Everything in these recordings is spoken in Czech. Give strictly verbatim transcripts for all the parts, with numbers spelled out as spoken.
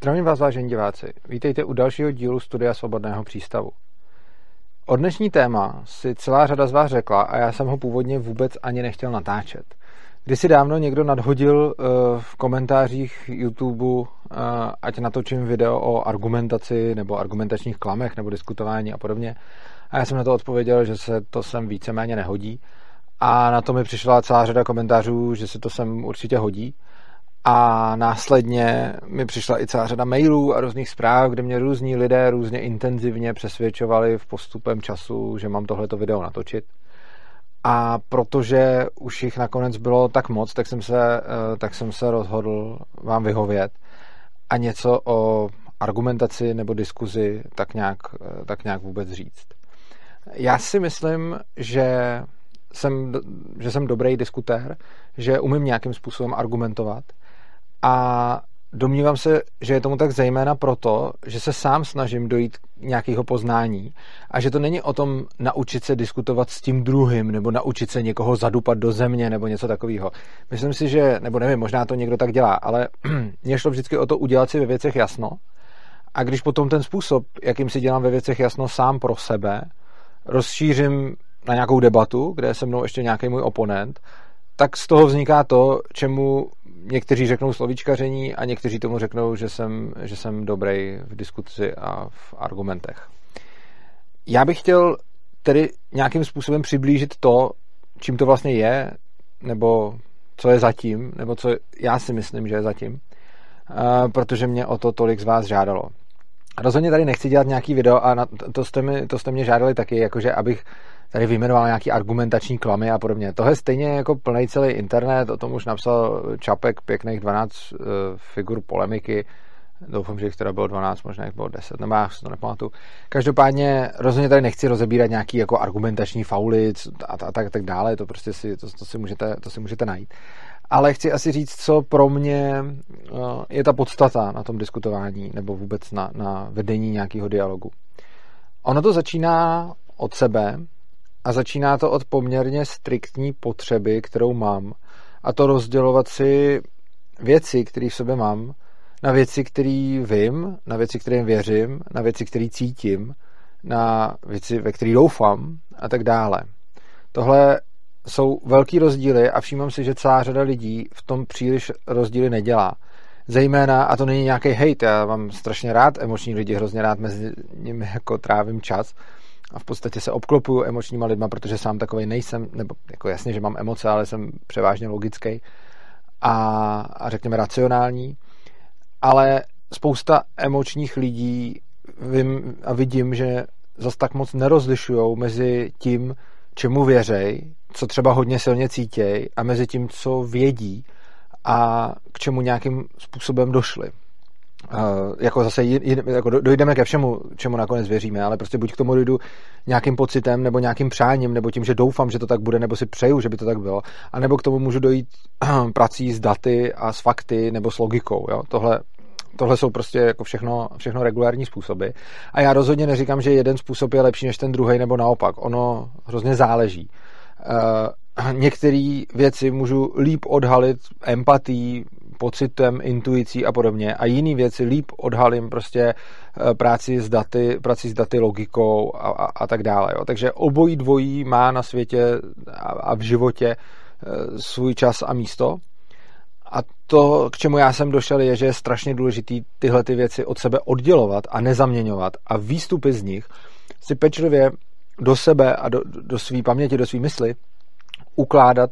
Zdravím vás, vážení diváci. Vítejte u dalšího dílu Studia Svobodného přístavu. O dnešní téma si celá řada z vás řekla a já jsem ho původně vůbec ani nechtěl natáčet. Kdysi dávno někdo nadhodil uh, v komentářích YouTube, uh, ať natočím video o argumentaci nebo argumentačních klamech nebo diskutování a podobně. A já jsem na to odpověděl, že se to sem víceméně nehodí. A na to mi přišla celá řada komentářů, že se to sem určitě hodí. A následně mi přišla i celá řada mailů a různých zpráv, kde mě různí lidé různě intenzivně přesvědčovali v postupem času, že mám tohleto video natočit. A protože už jich nakonec bylo tak moc, tak jsem se, tak jsem se rozhodl vám vyhovět a něco o argumentaci nebo diskuzi tak nějak, tak nějak vůbec říct. Já si myslím, že jsem, že jsem dobrý diskutér, že umím nějakým způsobem argumentovat a domnívám se, že je tomu tak zejména proto, že se sám snažím dojít k nějakého poznání a že to není o tom naučit se diskutovat s tím druhým nebo naučit se někoho zadupat do země nebo něco takového. Myslím si, že, nebo nevím, možná to někdo tak dělá, ale mně šlo vždycky o to udělat si ve věcech jasno a když potom ten způsob, jakým si dělám ve věcech jasno sám pro sebe, rozšířím na nějakou debatu, kde je se mnou ještě nějaký můj oponent, tak z toho vzniká to, čemu někteří řeknou slovíčkaření a někteří tomu řeknou, že jsem, že jsem dobrý v diskuzi a v argumentech. Já bych chtěl tedy nějakým způsobem přiblížit to, čím to vlastně je, nebo co je zatím, nebo co já si myslím, že je zatím, protože mě o to tolik z vás žádalo. Rozhodně tady nechci dělat nějaký video a na to, jste mi, to jste mě žádali taky, jakože abych tady vyjmenoval nějaký argumentační klamy a podobně. Tohle je stejně jako plný celý internet, o tom už napsal Čapek pěkných dvanáct uh, figur polemiky. Doufám, že jich teda bylo dvanáct, možná jich bylo deset, nebo já si to nepamatuju. Každopádně rozhodně tady nechci rozebírat nějaký jako argumentační fauly a, a tak, tak dále, to prostě si, to, to si můžete, to si můžete najít. Ale chci asi říct, co pro mě uh, je ta podstata na tom diskutování nebo vůbec na, na vedení nějakého dialogu. Ono to začíná od sebe a začíná to od poměrně striktní potřeby, kterou mám. A to rozdělovat si věci, které v sobě mám, na věci, které vím, na věci, kterým věřím, na věci, které cítím, na věci, ve které doufám a tak dále. Tohle jsou velký rozdíly a všímám si, že celá řada lidí v tom příliš rozdíly nedělá. Zejména, a to není nějaký hejt, já mám strašně rád emoční lidi, hrozně rád mezi nimi jako trávím čas a v podstatě se obklopuju emočníma lidma, protože sám takovej nejsem, nebo jako jasně, že mám emoce, ale jsem převážně logický a, a řekněme racionální, ale spousta emočních lidí vím a vidím, že zas tak moc nerozlišujou mezi tím, čemu věřej, co třeba hodně silně cítěj a mezi tím, co vědí a k čemu nějakým způsobem došli. Uh, jako zase jin, jako dojdeme ke všemu, čemu nakonec věříme, ale prostě buď k tomu dojdu nějakým pocitem nebo nějakým přáním, nebo tím, že doufám, že to tak bude, nebo si přeju, že by to tak bylo, a nebo k tomu můžu dojít prací s daty a s fakty nebo s logikou. Jo? Tohle, tohle jsou prostě jako všechno, všechno regulární způsoby. A já rozhodně neříkám, že jeden způsob je lepší než ten druhý, nebo naopak. Ono hrozně záleží. Uh, některé věci můžu líp odhalit empatií, pocitem, intuicí a podobně a jiné věci líp odhalím prostě práci s daty, práci s daty, logikou a, a, a tak dále. Jo. Takže obojí dvojí má na světě a, a v životě svůj čas a místo. A to, k čemu já jsem došel, je, že je strašně důležitý tyhle ty věci od sebe oddělovat a nezaměňovat a výstupy z nich si pečlivě do sebe a do, do své paměti, do své mysli ukládat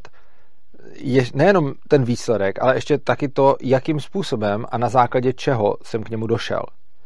je nejenom ten výsledek, ale ještě taky to, jakým způsobem a na základě čeho jsem k němu došel.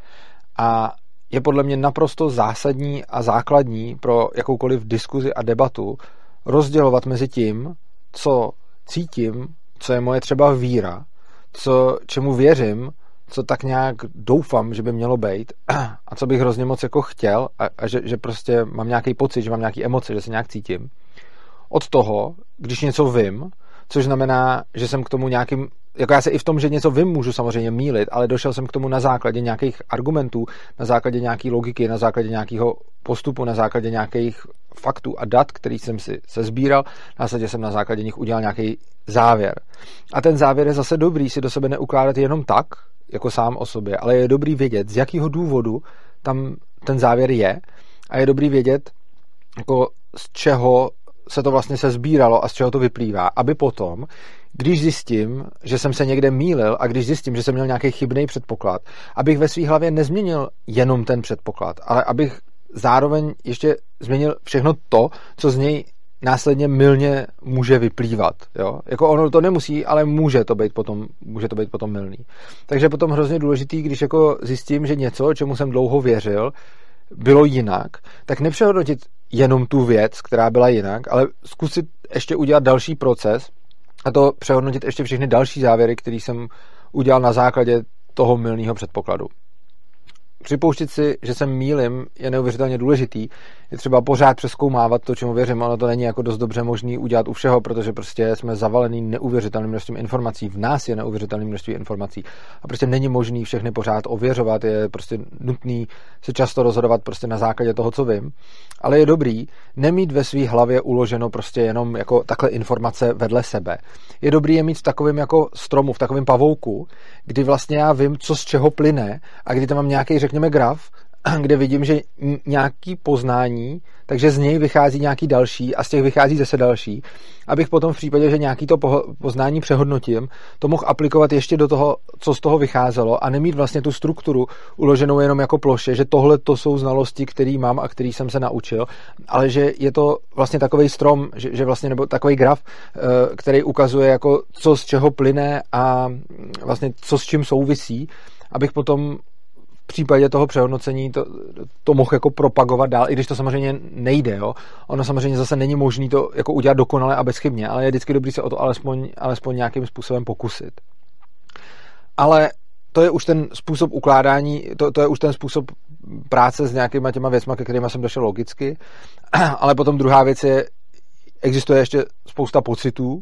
A je podle mě naprosto zásadní a základní pro jakoukoliv diskuzi a debatu rozdělovat mezi tím, co cítím, co je moje třeba víra, co, čemu věřím, co tak nějak doufám, že by mělo být a co bych hrozně moc jako chtěl a, a že, že prostě mám nějaký pocit, že mám nějaký emoce, že se nějak cítím. Od toho, když něco vím, což znamená, že jsem k tomu nějakým, jako já se i v tom, že něco vím, můžu samozřejmě mýlit, ale došel jsem k tomu na základě nějakých argumentů, na základě nějaké logiky, na základě nějakého postupu, na základě nějakých faktů a dat, který jsem si sesbíral, následně jsem na základě nich udělal nějaký závěr. A ten závěr je zase dobrý si do sebe neukládat jenom tak, jako sám o sobě, ale je dobrý vědět, z jakého důvodu tam ten závěr je a je dobrý vědět, jako z čeho se to vlastně se sbíralo a z čeho to vyplývá, aby potom, když zjistím, že jsem se někde mýlil a když zjistím, že jsem měl nějaký chybný předpoklad, abych ve své hlavě nezměnil jenom ten předpoklad, ale abych zároveň ještě změnil všechno to, co z něj následně mylně může vyplývat. Jo? Jako ono to nemusí, ale může to být potom, může to být potom mylný. Takže je potom hrozně důležitý, když jako zjistím, že něco, čemu jsem dlouho věřil, bylo jinak, tak nepřehodnotit jenom tu věc, která byla jinak, ale zkusit ještě udělat další proces a to přehodnotit ještě všechny další závěry, které jsem udělal na základě toho mylného předpokladu. Připouštět si, že se mýlim, je neuvěřitelně důležitý. Je třeba pořád přezkoumávat to, čemu věřím. Ono to není jako dost dobře možný udělat u všeho, protože prostě jsme zavalený neuvěřitelným množstvím informací. V nás je neuvěřitelné množství informací. A prostě není možný všechny pořád ověřovat. Je prostě nutný se často rozhodovat prostě na základě toho, co vím. Ale je dobrý nemít ve své hlavě uloženo prostě jenom jako takhle informace vedle sebe. Je dobrý je mít v takovém jako stromu, v takovém pavouku, kdy vlastně já vím, co z čeho plyne a kdy tam mám nějaký, řekněme, graf, kde vidím, že nějaký poznání, takže z něj vychází nějaký další a z těch vychází zase další, abych potom v případě, že nějaký to poznání přehodnotím, to mohl aplikovat ještě do toho, co z toho vycházelo a nemít vlastně tu strukturu uloženou jenom jako ploše, že tohle to jsou znalosti, které mám a který jsem se naučil, ale že je to vlastně takový strom, že, že vlastně nebo takový graf, který ukazuje jako co z čeho plyne a vlastně co s čím souvisí, abych potom v případě toho přehodnocení to, to mohl jako propagovat dál, i když to samozřejmě nejde, jo. Ono samozřejmě zase není možné to jako udělat dokonale a bezchybně, ale je vždycky dobrý se o to alespoň, alespoň nějakým způsobem pokusit. Ale to je už ten způsob ukládání, to, to je už ten způsob práce s nějakýma těma věcma, ke kterýma jsem došel logicky, ale potom druhá věc je, existuje ještě spousta pocitů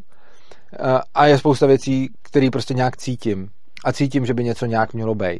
a je spousta věcí, které prostě nějak cítím a cítím, že by něco nějak mělo být.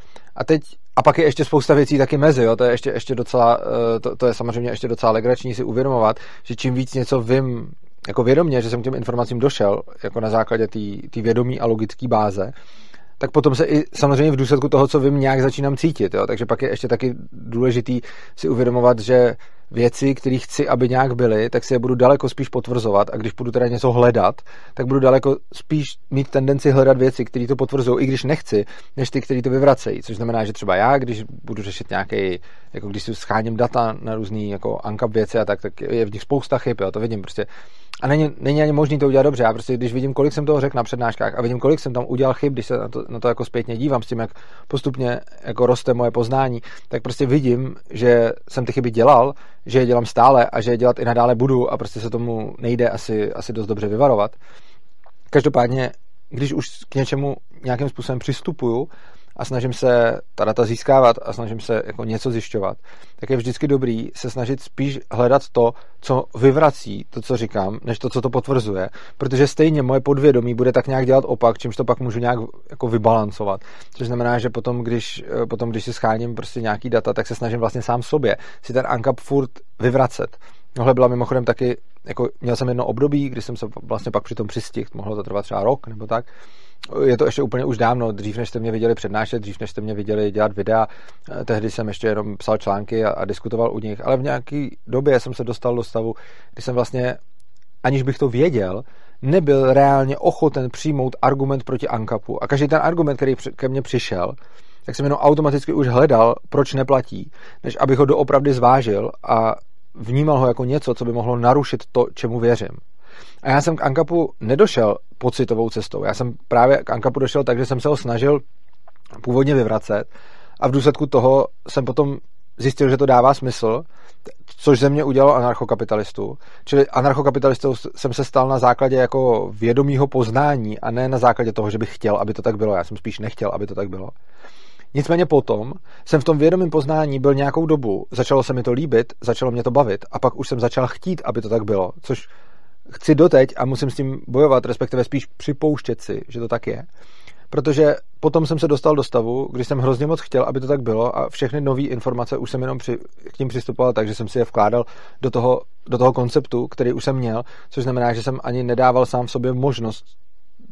A teď, a pak je ještě spousta věcí taky mezi, jo, to je ještě, ještě docela, to, to je samozřejmě ještě docela legrační si uvědomovat, že čím víc něco vím, jako vědomě, že jsem k těm informacím došel, jako na základě té vědomí a logické báze, tak potom se i samozřejmě v důsledku toho, co vím, nějak začínám cítit, jo, takže pak je ještě taky důležitý si uvědomovat, že věci, které chci, aby nějak byly, tak si je budu daleko spíš potvrzovat a když budu teda něco hledat, tak budu daleko spíš mít tendenci hledat věci, které to potvrzují, i když nechci, než ty, které to vyvracejí. Což znamená, že třeba já, když budu řešit nějaký, jako když si scháním data na různý jako ANCAP věci a tak, tak je v nich spousta chyb, jo, to vidím prostě. A není, není ani možný to udělat dobře. Já prostě, když vidím, kolik jsem toho řekl na přednáškách a vidím, kolik jsem tam udělal chyb, když se na to, na to jako zpětně dívám s tím, jak postupně jako roste moje poznání, tak prostě vidím, že jsem ty chyby dělal, že je dělám stále a že je dělat i nadále budu a prostě se tomu nejde asi, asi dost dobře vyvarovat. Každopádně, když už k něčemu nějakým způsobem přistupuju a snažím se ta data získávat a snažím se jako něco zjišťovat, tak je vždycky dobrý se snažit spíš hledat to, co vyvrací to, co říkám, než to, co to potvrzuje, protože stejně moje podvědomí bude tak nějak dělat opak, čímž to pak můžu nějak jako vybalancovat. Což znamená, že potom, když, potom, když si scháním prostě nějaký data, tak se snažím vlastně sám sobě si ten ANCAP furt vyvracet. Tohle byla mimochodem taky, jako měl jsem jedno období, kdy jsem se vlastně pak při tom přistihl, mohlo to trvat třeba rok nebo tak. Je to ještě úplně už dávno, dřív než jste mě viděli přednášet, dřív než jste mě viděli dělat videa, tehdy jsem ještě jenom psal články a, a diskutoval u nich, ale v nějaké době jsem se dostal do stavu, kdy jsem vlastně, aniž bych to věděl, nebyl reálně ochoten přijmout argument proti ANCAPu a každý ten argument, který ke mně přišel, tak jsem jenom automaticky už hledal, proč neplatí, než abych ho doopravdy zvážil a vnímal ho jako něco, co by mohlo narušit to, čemu věřím. A já jsem k ANCAPu nedošel pocitovou cestou. Já jsem právě k ANCAPu došel tak, že jsem se ho snažil původně vyvracet a v důsledku toho jsem potom zjistil, že to dává smysl, což ze mě udělalo anarchokapitalistu. Čili anarchokapitalistou jsem se stal na základě jako vědomího poznání a ne na základě toho, že bych chtěl, aby to tak bylo. Já jsem spíš nechtěl, aby to tak bylo. Nicméně potom jsem v tom vědomém poznání byl nějakou dobu, začalo se mi to líbit, začalo mě to bavit a pak už jsem začal chtít, aby to tak bylo, což chci doteď a musím s tím bojovat, respektive spíš připouštět si, že to tak je. Protože potom jsem se dostal do stavu, kdy jsem hrozně moc chtěl, aby to tak bylo a všechny nové informace už jsem jenom při, k tím přistupoval tak, že jsem si je vkládal do toho, do toho konceptu, který už jsem měl, což znamená, že jsem ani nedával sám v sobě možnost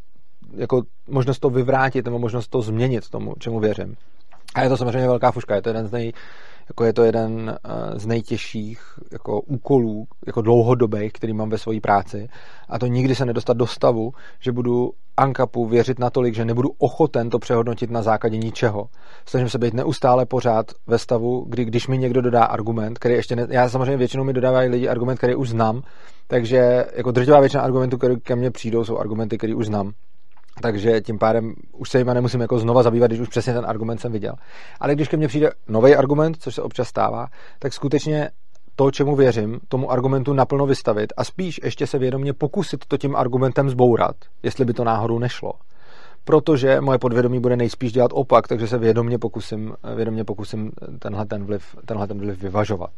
jako možnost to vyvrátit nebo možnost to změnit tomu, čemu věřím. A je to samozřejmě velká fuška, je to jeden z nej, jako je to jeden z nejtěžších jako úkolů, jako dlouhodobých, který mám ve své práci. A to nikdy se nedostat do stavu, že budu ankapu věřit natolik, že nebudu ochoten to přehodnotit na základě ničeho. Snažím se být neustále pořád ve stavu, kdy když mi někdo dodá argument, který ještě ne, já samozřejmě většinou mi dodávají lidi argument, který už znám, takže jako drtivá většina argumentů, které ke mně přijdou, jsou argumenty, které už znám. Takže tím pádem už se jima nemusím jako znova zabývat, když už přesně ten argument jsem viděl. Ale když ke mně přijde nový argument, což se občas stává, tak skutečně to, čemu věřím, tomu argumentu naplno vystavit a spíš ještě se vědomě pokusit to tím argumentem zbourat, jestli by to náhodou nešlo. Protože moje podvědomí bude nejspíš dělat opak, takže se vědomě pokusím, vědomě pokusím tenhle ten vliv, tenhle ten vliv vyvažovat.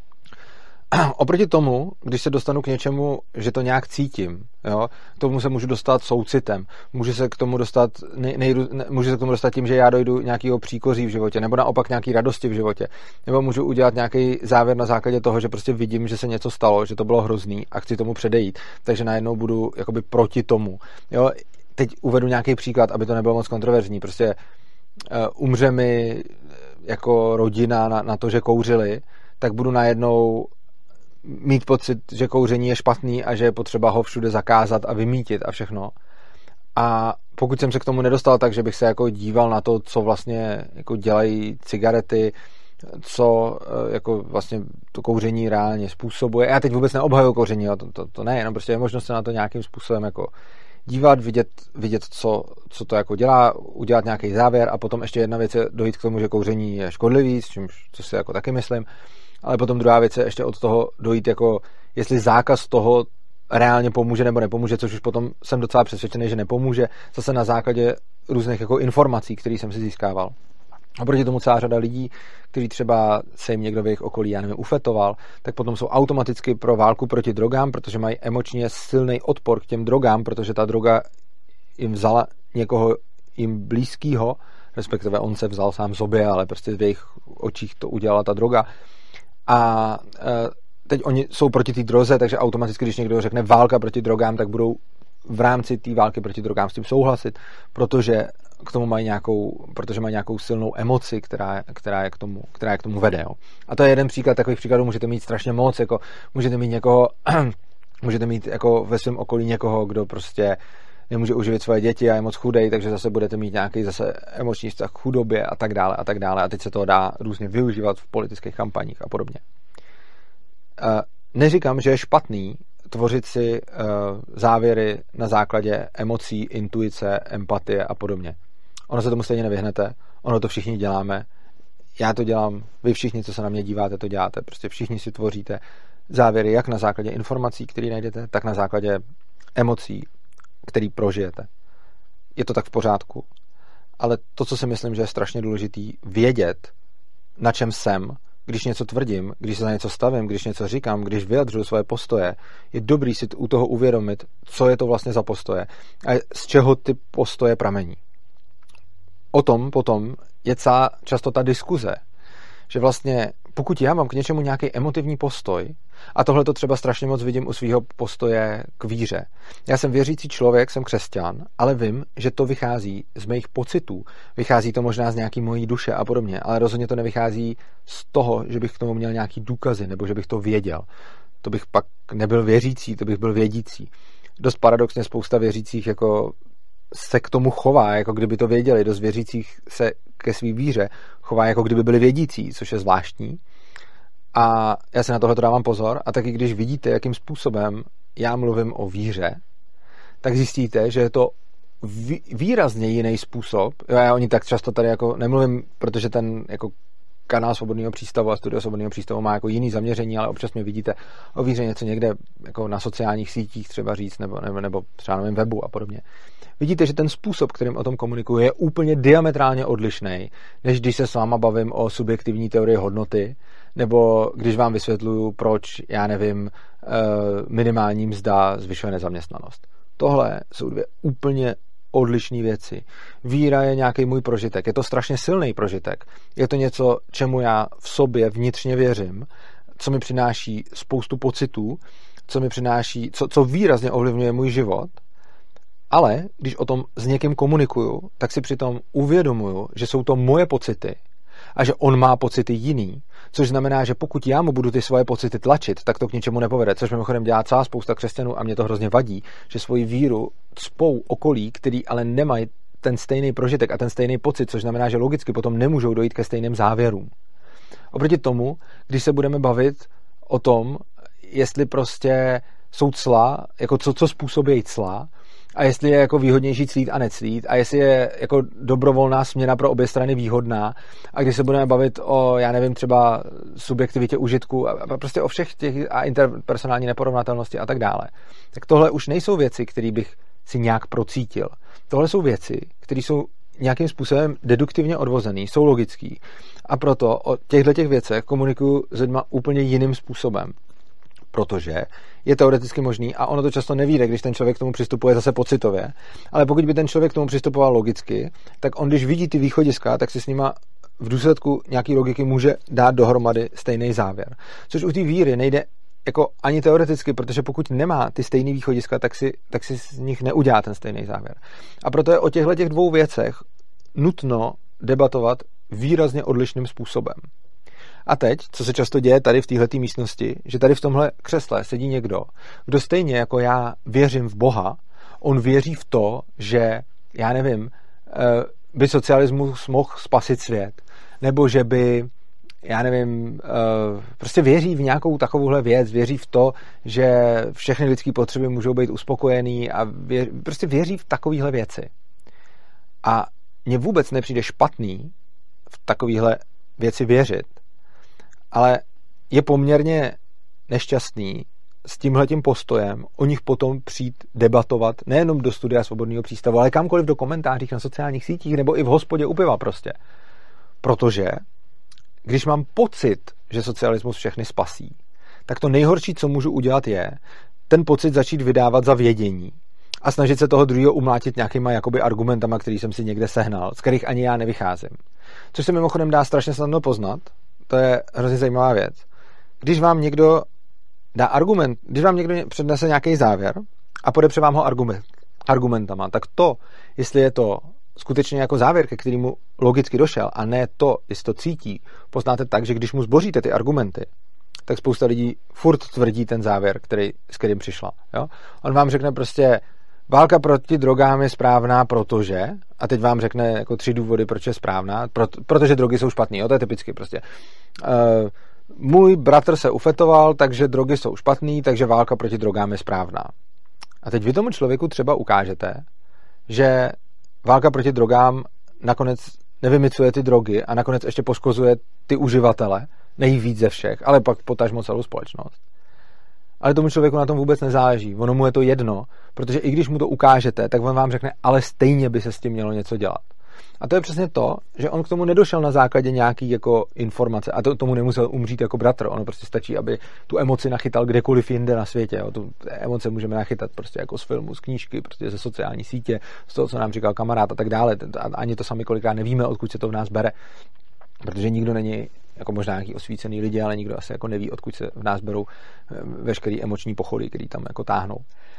Oproti tomu, když se dostanu k něčemu, že to nějak cítím, jo, k tomu se můžu dostat soucitem, můžu se k tomu dostat, nej, nejdu, ne, můžu se k tomu dostat tím, že já dojdu nějakého příkoří v životě, nebo naopak nějaký radosti v životě, nebo můžu udělat nějaký závěr na základě toho, že prostě vidím, že se něco stalo, že to bylo hrozný a chci tomu předejít, takže najednou budu jakoby proti tomu. Jo, teď uvedu nějaký příklad, aby to nebylo moc kontroverzní, prostě uh, umře mi jako rodina na, na to, že kouřili, tak budu najednou mít pocit, že kouření je špatný a že je potřeba ho všude zakázat a vymítit a všechno. A pokud jsem se k tomu nedostal tak, že bych se jako díval na to, co vlastně jako dělají cigarety, co jako vlastně to kouření reálně způsobuje. Já teď vůbec neobhajuji kouření, to, to, to ne, jenom prostě je možnost se na to nějakým způsobem jako dívat, vidět, vidět co, co to jako dělá, udělat nějaký závěr a potom ještě jedna věc je dojít k tomu, že kouření je škodlivý, s čímž, co si jako taky myslím. Ale potom druhá věc je ještě od toho dojít, jako jestli zákaz toho reálně pomůže nebo nepomůže, což už potom jsem docela přesvědčený, že nepomůže, zase na základě různých jako informací, které jsem si získával. A proti tomu celá řada lidí, kteří třeba se jim někdo v jejich okolí, já nevím, ufetoval, tak potom jsou automaticky pro válku proti drogám, protože mají emočně silný odpor k těm drogám, protože ta droga jim vzala někoho jim blízkýho, respektive on se vzal sám sobě, ale prostě v jejich očích to udělala ta droga. A teď oni jsou proti té droze, takže automaticky, když někdo řekne válka proti drogám, tak budou v rámci té války proti drogám s tím souhlasit, protože k tomu mají nějakou, protože mají nějakou silnou emoci, která, která, je k tomu, která je k tomu vede. Jo. A to je jeden příklad, takových příkladů můžete mít strašně moc, jako můžete mít někoho, můžete mít jako ve svém okolí někoho, kdo prostě nemůže uživit svoje děti a je moc chudej, takže zase budete mít nějaký zase emoční vztah k chudobě a tak dále a tak dále. A teď se to dá různě využívat v politických kampaních a podobně. Neříkám, že je špatný tvořit si závěry na základě emocí, intuice, empatie a podobně. Ono se tomu stejně nevyhnete, ono to všichni děláme, já to dělám, vy všichni, co se na mě díváte, to děláte. Prostě všichni si tvoříte závěry jak na základě informací, které najdete, tak na základě emocí, který prožijete. Je to tak v pořádku. Ale to, co si myslím, že je strašně důležitý, vědět, na čem jsem, když něco tvrdím, když se za něco stavím, když něco říkám, když vyjadřuju svoje postoje, je dobrý si u toho uvědomit, co je to vlastně za postoje a z čeho ty postoje pramení. O tom potom je celá často ta diskuze, že vlastně pokud já mám k něčemu nějaký emotivní postoj, a tohle to třeba strašně moc vidím u svého postoje k víře. Já jsem věřící člověk, jsem křesťan, ale vím, že to vychází z mých pocitů, vychází to možná z nějaký mojí duše a podobně, ale rozhodně to nevychází z toho, že bych k tomu měl nějaký důkazy, nebo že bych to věděl. To bych pak nebyl věřící, to bych byl vědící. Dost paradoxně spousta věřících jako se k tomu chová, jako kdyby to věděli. Dost věřících se ke své víře chová, jako kdyby byli vědící, což je zvláštní. A já se na tohle dávám pozor a taky když vidíte, jakým způsobem já mluvím o víře, tak zjistíte, že je to výrazně jiný způsob. Já o ní tak často tady jako nemluvím, protože ten jako kanál Svobodného přístavu a Studio Svobodného přístavu má jako jiný zaměření, ale občas mě vidíte o víře něco někde jako na sociálních sítích třeba říct, nebo, nebo, nebo třeba na mém webu a podobně. Vidíte, že ten způsob, kterým o tom komunikuju, je úplně diametrálně odlišný, než když se s váma bavím o subjektivní teorii hodnoty, nebo když vám vysvětluju, proč, já nevím, minimální mzda zvyšuje nezaměstnanost. Tohle jsou dvě úplně odlišné věci. Víra je nějaký můj prožitek. Je to strašně silný prožitek. Je to něco, čemu já v sobě vnitřně věřím, co mi přináší spoustu pocitů, co mi přináší, co, co výrazně ovlivňuje můj život. Ale když o tom s někým komunikuju, tak si přitom uvědomuju, že jsou to moje pocity a že on má pocity jiný, což znamená, že pokud já mu budu ty svoje pocity tlačit, tak to k ničemu nepovede, což mimochodem dělá celá spousta křesťanů a mě to hrozně vadí, že svoji víru cpou okolí, který ale nemají ten stejný prožitek a ten stejný pocit, což znamená, že logicky potom nemůžou dojít ke stejným závěrům. Oproti tomu, když se budeme bavit o tom, jestli prostě jsou cla, jako co, co způsobí cla, a jestli je jako výhodnější clít a neclít, a jestli je jako dobrovolná směna pro obě strany výhodná, a když se budeme bavit o, já nevím, třeba subjektivitě užitku a prostě o všech těch a interpersonální neporovnatelnosti a tak dále, tak tohle už nejsou věci, které bych si nějak procítil. Tohle jsou věci, které jsou nějakým způsobem deduktivně odvozený, jsou logický, a proto o těchto těch věcech komunikuju s lidma úplně jiným způsobem. Protože je teoreticky možný, a ono to často nevíde, když ten člověk k tomu přistupuje zase pocitově, ale pokud by ten člověk k tomu přistupoval logicky, tak on, když vidí ty východiska, tak si s nima v důsledku nějaký logiky může dát dohromady stejný závěr. Což u té víry nejde jako ani teoreticky, protože pokud nemá ty stejný východiska, tak si, tak si z nich neudělá ten stejný závěr. A proto je o těchto těch dvou věcech nutno debatovat výrazně odlišným způsobem. A teď, co se často děje tady v téhleté místnosti, že tady v tomhle křesle sedí někdo, kdo stejně jako já věřím v Boha, on věří v to, že, já nevím, by socialismus mohl spasit svět, nebo že by, já nevím, prostě věří v nějakou takovouhle věc, věří v to, že všechny lidské potřeby můžou být uspokojený a věří, prostě věří v takovéhle věci. A mně vůbec nepřijde špatný v takovéhle věci věřit, ale je poměrně nešťastný s tímhletím postojem o nich potom přijít debatovat nejenom do Studia Svobodného přístavu, ale kamkoliv do komentářích na sociálních sítích nebo i v hospodě u piva prostě. Protože když mám pocit, že socialismus všechny spasí, tak to nejhorší, co můžu udělat, je ten pocit začít vydávat za vědění a snažit se toho druhého umlátit nějakýma jakoby argumentama, který jsem si někde sehnal, z kterých ani já nevycházím. Což se mimochodem dá strašně snadno poznat. To je hrozně zajímavá věc. Když vám někdo dá argument, když vám někdo přednese nějaký závěr a podepře vám ho argument, argumentama, tak to, jestli je to skutečně jako závěr, ke kterému logicky došel, a ne to, jestli to cítí, poznáte tak, že když mu zboříte ty argumenty, tak spousta lidí furt tvrdí ten závěr, který, s kterým přišla. Jo? On vám řekne prostě, válka proti drogám je správná, protože, a teď vám řekne jako tři důvody, proč je správná, proto, protože drogy jsou špatný, jo, to je typicky prostě. Uh, můj bratr se ufetoval, takže drogy jsou špatný, takže válka proti drogám je správná. A teď vy tomu člověku třeba ukážete, že válka proti drogám nakonec nevymycuje ty drogy a nakonec ještě poškozuje ty uživatele, nejvíc ze všech, ale pak potažmo celou společnost. Ale tomu člověku na tom vůbec nezáleží. Ono mu je to jedno, protože i když mu to ukážete, tak on vám řekne, ale stejně by se s tím mělo něco dělat. A to je přesně to, že on k tomu nedošel na základě nějaký jako informace a to, tomu nemusel umřít jako bratr. Ono prostě stačí, aby tu emoci nachytal kdekoliv jinde na světě. Jo. Tu emoce můžeme nachytat prostě jako z filmu, z knížky, prostě ze sociální sítě, z toho, co nám říkal kamarád a tak dále. A ani to sami kolikrát nevíme, odkud se to v nás bere. Protože nikdo není jako možná nějaký osvícený lidi, ale nikdo asi jako neví, odkud se v nás berou veškerý emoční pochody, který tam jako táhnou.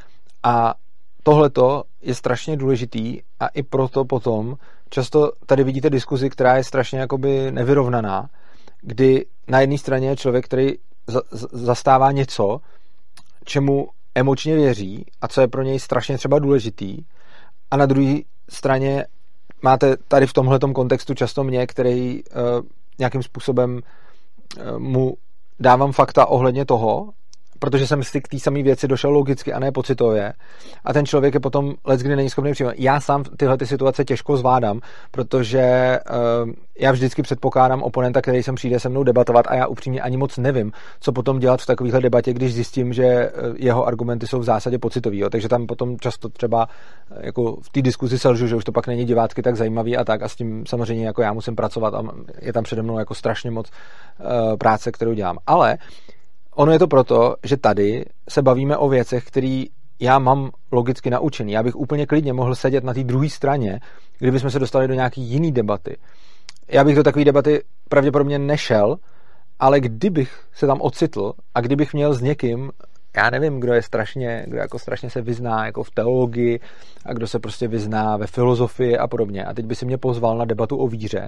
A tohleto je strašně důležitý a i proto potom často tady vidíte diskuzi, která je strašně jakoby nevyrovnaná, kdy na jedné straně je člověk, který zastává něco, čemu emočně věří a co je pro něj strašně třeba důležitý, a na druhé straně máte tady v tomhletom kontextu často mě, který uh, nějakým způsobem uh, mu dávám fakta ohledně toho, protože jsem si k té samé věci došel logicky a ne pocitově. A ten člověk je potom leckdy není schopný přijmout. Já sám tyhle ty situace těžko zvládám, protože uh, já vždycky předpokládám oponenta, který sem přijde se mnou debatovat, a já upřímně ani moc nevím, co potom dělat v takovéhle debatě, když zjistím, že jeho argumenty jsou v zásadě pocitový. Jo. Takže tam potom často třeba jako v té diskuzi selžu, že už to pak není divácky tak zajímavý a tak, a s tím samozřejmě jako já musím pracovat a je tam přede mnou jako strašně moc uh, práce, kterou dělám. Ale ono je to proto, že tady se bavíme o věcech, které já mám logicky naučený. Já bych úplně klidně mohl sedět na té druhé straně, kdybychom se dostali do nějaký jiný debaty. Já bych do takové debaty pravděpodobně nešel, ale kdybych se tam ocitl a kdybych měl s někým já nevím, kdo je strašně, kdo jako strašně se vyzná jako v teologii a kdo se prostě vyzná ve filozofii a podobně. A teď by si mě pozval na debatu o víře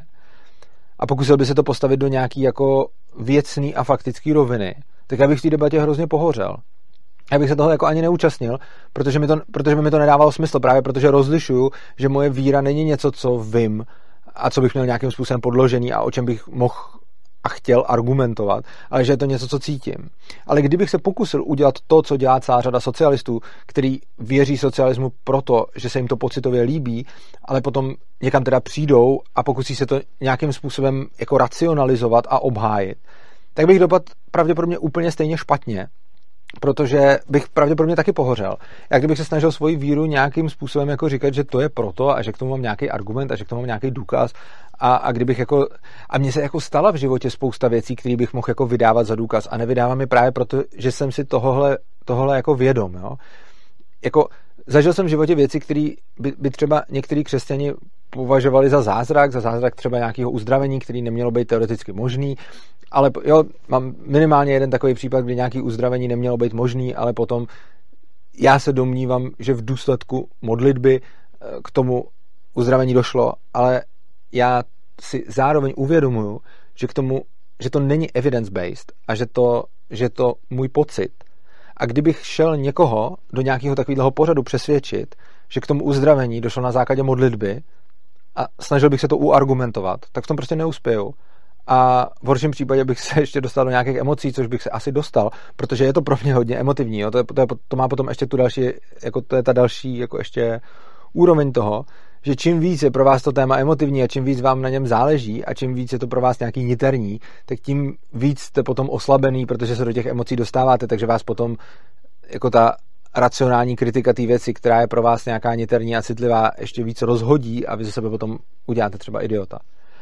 a pokusil by se to postavit do nějaký jako věcný a faktický roviny, tak já bych v té debatě hrozně pohořel. Já bych se toho jako ani neúčastnil, protože, mi to, protože by mi to nedávalo smysl, právě protože rozlišuju, že moje víra není něco, co vím a co bych měl nějakým způsobem podložený a o čem bych mohl a chtěl argumentovat, ale že je to něco, co cítím. Ale kdybych se pokusil udělat to, co dělá celá řada socialistů, který věří socialismu proto, že se jim to pocitově líbí, ale potom někam teda přijdou a pokusí se to nějakým způsobem jako racionalizovat a obhájit, tak bych dopadl pravděpodobně úplně stejně špatně, protože bych pravděpodobně taky pohořel. Jak kdybych se snažil svoji víru nějakým způsobem jako říkat, že to je proto a že k tomu mám nějaký argument a že k tomu mám nějaký důkaz a, a kdybych jako a mně se jako stala v životě spousta věcí, které bych mohl jako vydávat za důkaz a nevydávám je právě proto, že jsem si tohohle, tohohle jako vědom, jo. Jako zažil jsem v životě věci, které by, by třeba některý křesťani považovali za zázrak, za zázrak třeba nějakého uzdravení, který nemělo být teoreticky možný, ale jo, mám minimálně jeden takový případ, kdy nějaký uzdravení nemělo být možný, ale potom já se domnívám, že v důsledku modlitby k tomu uzdravení došlo, ale já si zároveň uvědomuju, že k tomu, že to není evidence-based a že to, že to můj pocit. A kdybych šel někoho do nějakého takového pořadu přesvědčit, že k tomu uzdravení došlo na základě modlitby a snažil bych se to uargumentovat, tak v tom prostě neuspěju. A v horším případě bych se ještě dostal do nějakých emocí, což bych se asi dostal, protože je to pro mě hodně emotivní. Jo? To, je, to, je, to má potom ještě tu další, jako to je ta další jako ještě úroveň toho, že čím víc je pro vás to téma emotivní a čím víc vám na něm záleží a čím víc je to pro vás nějaký niterní, tak tím víc jste potom oslabený, protože se do těch emocí dostáváte, takže vás potom jako ta racionální kritika té věci, která je pro vás nějaká niterní a citlivá, ještě víc rozhodí a vy ze sebe potom uděláte třeba idiota.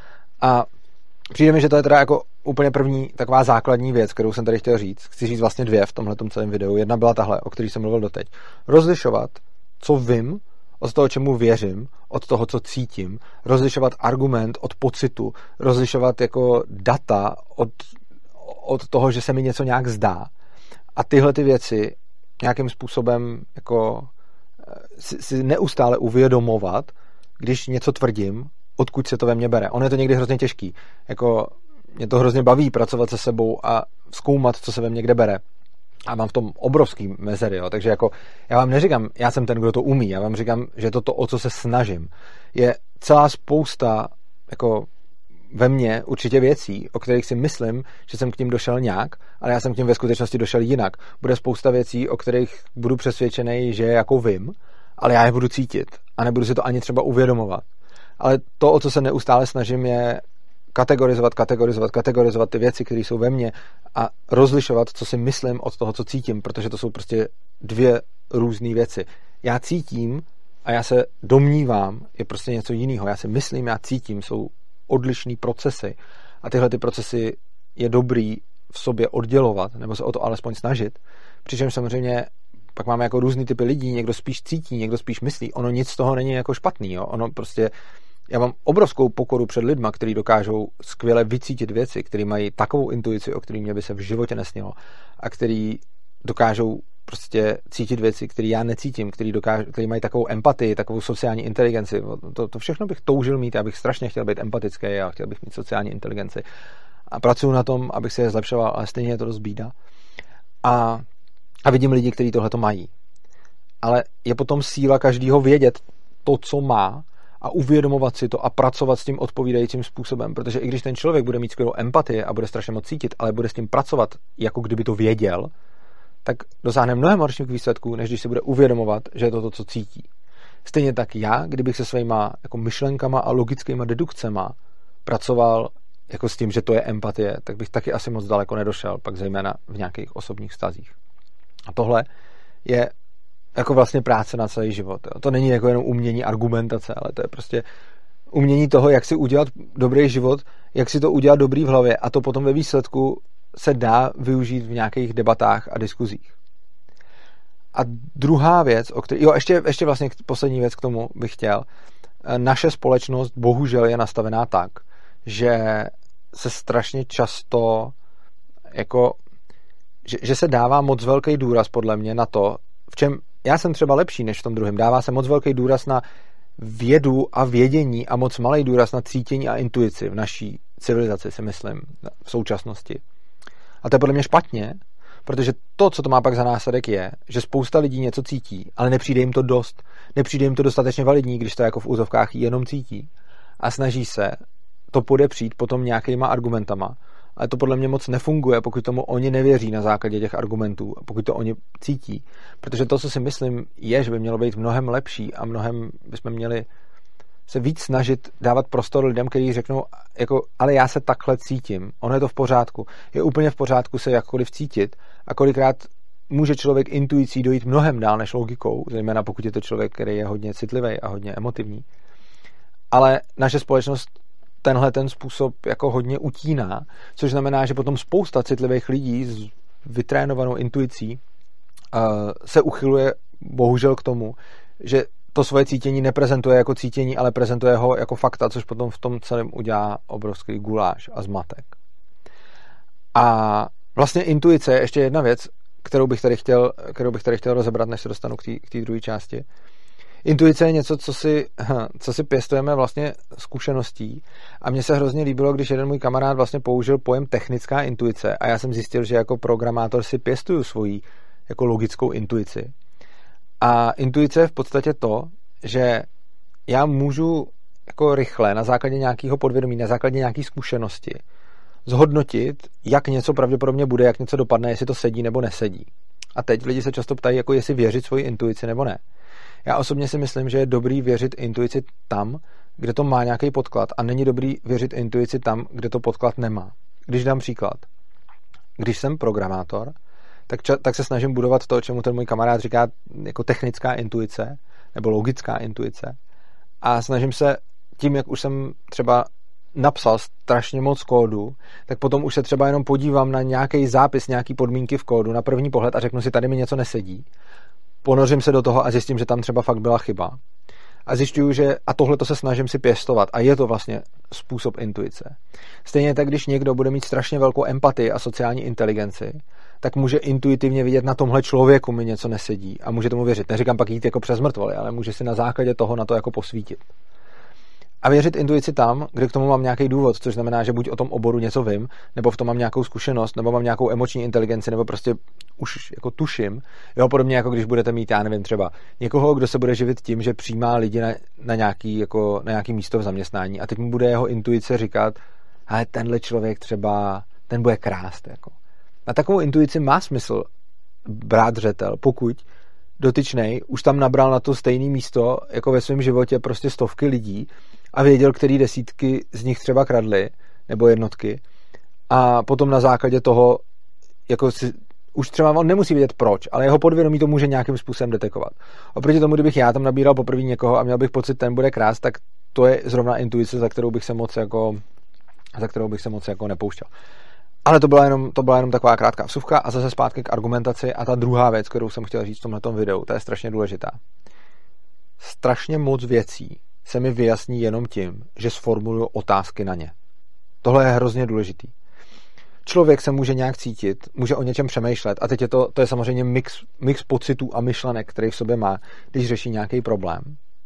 A přijde mi, že to je teda jako úplně první taková základní věc, kterou jsem tady chtěl říct. Chci říct vlastně dvě v tomhletom celém videu. Jedna byla tahle, o který jsem mluvil doteď. Rozlišovat, co vím, od toho, čemu věřím, od toho, co cítím, rozlišovat argument od pocitu, rozlišovat jako data od, od toho, že se mi něco nějak zdá. A tyhle ty věci nějakým způsobem jako si, si neustále uvědomovat, když něco tvrdím, odkud se to ve mně bere. Ono je to někdy hrozně těžký. Jako mě to hrozně baví pracovat se sebou a zkoumat, co se ve mně kde bere. A mám v tom obrovský mezery, jo. Takže jako já vám neříkám, já jsem ten, kdo to umí, já vám říkám, že je to to, o co se snažím. Je celá spousta jako ve mně určitě věcí, o kterých si myslím, že jsem k ním došel nějak, ale já jsem k ním ve skutečnosti došel jinak. Bude spousta věcí, o kterých budu přesvědčený, že jako vím, ale já je budu cítit a nebudu si to ani třeba uvědomovat. Ale to, o co se neustále snažím, je kategorizovat, kategorizovat, kategorizovat ty věci, které jsou ve mně a rozlišovat, co si myslím od toho, co cítím, protože to jsou prostě dvě různé věci. Já cítím a já se domnívám, je prostě něco jiného. Já si myslím, já cítím, jsou odlišný procesy a tyhle ty procesy je dobrý v sobě oddělovat, nebo se o to alespoň snažit. Přičemž samozřejmě pak máme jako různý typy lidí, někdo spíš cítí, někdo spíš myslí. Ono nic z toho není jako špatný, jo. Ono prostě, já mám obrovskou pokoru před lidma, kteří dokážou skvěle vycítit věci, kteří mají takovou intuici, o který mě by se v životě nesnilo a kteří dokážou prostě cítit věci, které já necítím, který, dokáž, který mají takovou empatii, takovou sociální inteligenci. To, to všechno bych toužil mít, já bych strašně chtěl být empatický a chtěl bych mít sociální inteligenci. A pracuji na tom, abych se je zlepšoval, ale stejně je to dost bída. A, a vidím lidi, kteří tohle to mají. Ale je potom síla každýho vědět to, co má a uvědomovat si to a pracovat s tím odpovídajícím způsobem. Protože i když ten člověk bude mít skvělou empatii a bude strašně moc cítit, ale bude s tím pracovat, jako kdyby to věděl, tak dosáhne mnohem horších výsledků, než když si bude uvědomovat, že je to to, co cítí. Stejně tak já, kdybych se svýma jako myšlenkama a logickýma dedukcema pracoval jako s tím, že to je empatie, tak bych taky asi moc daleko nedošel, pak zejména v nějakých osobních vztazích. A tohle je jako vlastně práce na celý život. Jo. To není jako jenom umění argumentace, ale to je prostě umění toho, jak si udělat dobrý život, jak si to udělat dobrý v hlavě a to potom ve výsledku se dá využít v nějakých debatách a diskuzích. A druhá věc, o které, jo, ještě, ještě vlastně poslední věc k tomu bych chtěl. Naše společnost bohužel je nastavená tak, že se strašně často jako že, že se dává moc velký důraz podle mě na to, v čem já jsem třeba lepší než v tom druhém. Dává se moc velký důraz na vědu a vědění a moc malý důraz na cítění a intuici v naší civilizaci, si myslím, v současnosti. A to je podle mě špatně, protože to, co to má pak za následek, je, že spousta lidí něco cítí, ale nepřijde jim to dost. Nepřijde jim to dostatečně validní, když to jako v úzovkách jenom cítí. A snaží se to podepřít potom nějakýma argumentama. Ale to podle mě moc nefunguje, pokud tomu oni nevěří na základě těch argumentů, pokud to oni cítí. Protože to, co si myslím, je, že by mělo být mnohem lepší a mnohem bychom měli se víc snažit dávat prostor lidem, kteří řeknou, jako, ale já se takhle cítím, ono je to v pořádku. Je úplně v pořádku se jakkoliv cítit a kolikrát může člověk intuicí dojít mnohem dál než logikou, zejména pokud je to člověk, který je hodně citlivý a hodně emotivní. Ale naše společnost tenhle ten způsob jako hodně utíná, což znamená, že potom spousta citlivých lidí s vytrénovanou intuicí uh, se uchyluje bohužel k tomu, že to svoje cítění neprezentuje jako cítění, ale prezentuje ho jako fakta, což potom v tom celém udělá obrovský guláš a zmatek. A vlastně intuice je ještě jedna věc, kterou bych tady chtěl, kterou bych tady chtěl rozebrat, než se dostanu k té druhé části. Intuice je něco, co si, co si pěstujeme vlastně zkušeností a mně se hrozně líbilo, když jeden můj kamarád vlastně použil pojem technická intuice a já jsem zjistil, že jako programátor si pěstuju svoji jako logickou intuici. A intuice je v podstatě to, že já můžu jako rychle na základě nějakého podvědomí, na základě nějaké zkušenosti zhodnotit, jak něco pravděpodobně bude, jak něco dopadne, jestli to sedí nebo nesedí. A teď lidi se často ptají, jako jestli věřit svoji intuici nebo ne. Já osobně si myslím, že je dobrý věřit intuici tam, kde to má nějaký podklad a není dobrý věřit intuici tam, kde to podklad nemá. Když dám příklad. Když jsem programátor, tak, ča- tak se snažím budovat to, čemu ten můj kamarád říká jako technická intuice nebo logická intuice a snažím se tím, jak už jsem třeba napsal strašně moc kódu, tak potom už se třeba jenom podívám na nějaký zápis, nějaký podmínky v kódu na první pohled a řeknu si, tady mi něco nesedí. Ponořím se do toho a zjistím, že tam třeba fakt byla chyba. A zjišťuju, že a tohle to se snažím si pěstovat a je to vlastně způsob intuice. Stejně tak, když někdo bude mít strašně velkou empatii a sociální inteligenci, tak může intuitivně vidět, na tomhle člověku mi něco nesedí a může tomu věřit. Neříkám pak jít jako přes mrtvoly, ale může si na základě toho na to jako posvítit. A věřit intuici tam, kde k tomu mám nějaký důvod, což znamená, že buď o tom oboru něco vím, nebo v tom mám nějakou zkušenost, nebo mám nějakou emoční inteligenci, nebo prostě už jako tuším. Jo, podobně jako když budete mít, já nevím, třeba někoho, kdo se bude živit tím, že přijímá lidi na, na, nějaký, jako, na nějaký místo v zaměstnání a teď mu bude jeho intuice říkat, ale tenhle člověk třeba, ten bude krást. Jako. Na takovou intuici má smysl brát zřetel, pokud dotyčnej už tam nabral na to stejné místo jako ve svém životě prostě stovky lidí a věděl, který desítky z nich třeba kradly, nebo jednotky a potom na základě toho jako si, už třeba on nemusí vědět proč, ale jeho podvědomí to může nějakým způsobem detekovat. Oproti tomu, kdybych já tam nabíral poprvé někoho a měl bych pocit, ten bude krást, tak to je zrovna intuice, za kterou bych se moc jako za kterou bych se moc jako nepouštěl. Ale to byla jenom, to byla jenom taková krátká vsuvka a zase zpátky k argumentaci a ta druhá věc, kterou jsem chtěl říct v tomhletom videu, to je strašně důležitá. Strašně moc věcí se mi vyjasní jenom tím, že sformuluju otázky na ně. Tohle je hrozně důležitý. Člověk se může nějak cítit, může o něčem přemýšlet a teď je to, to je samozřejmě mix, mix pocitů a myšlenek, který v sobě má, když řeší nějaký problém.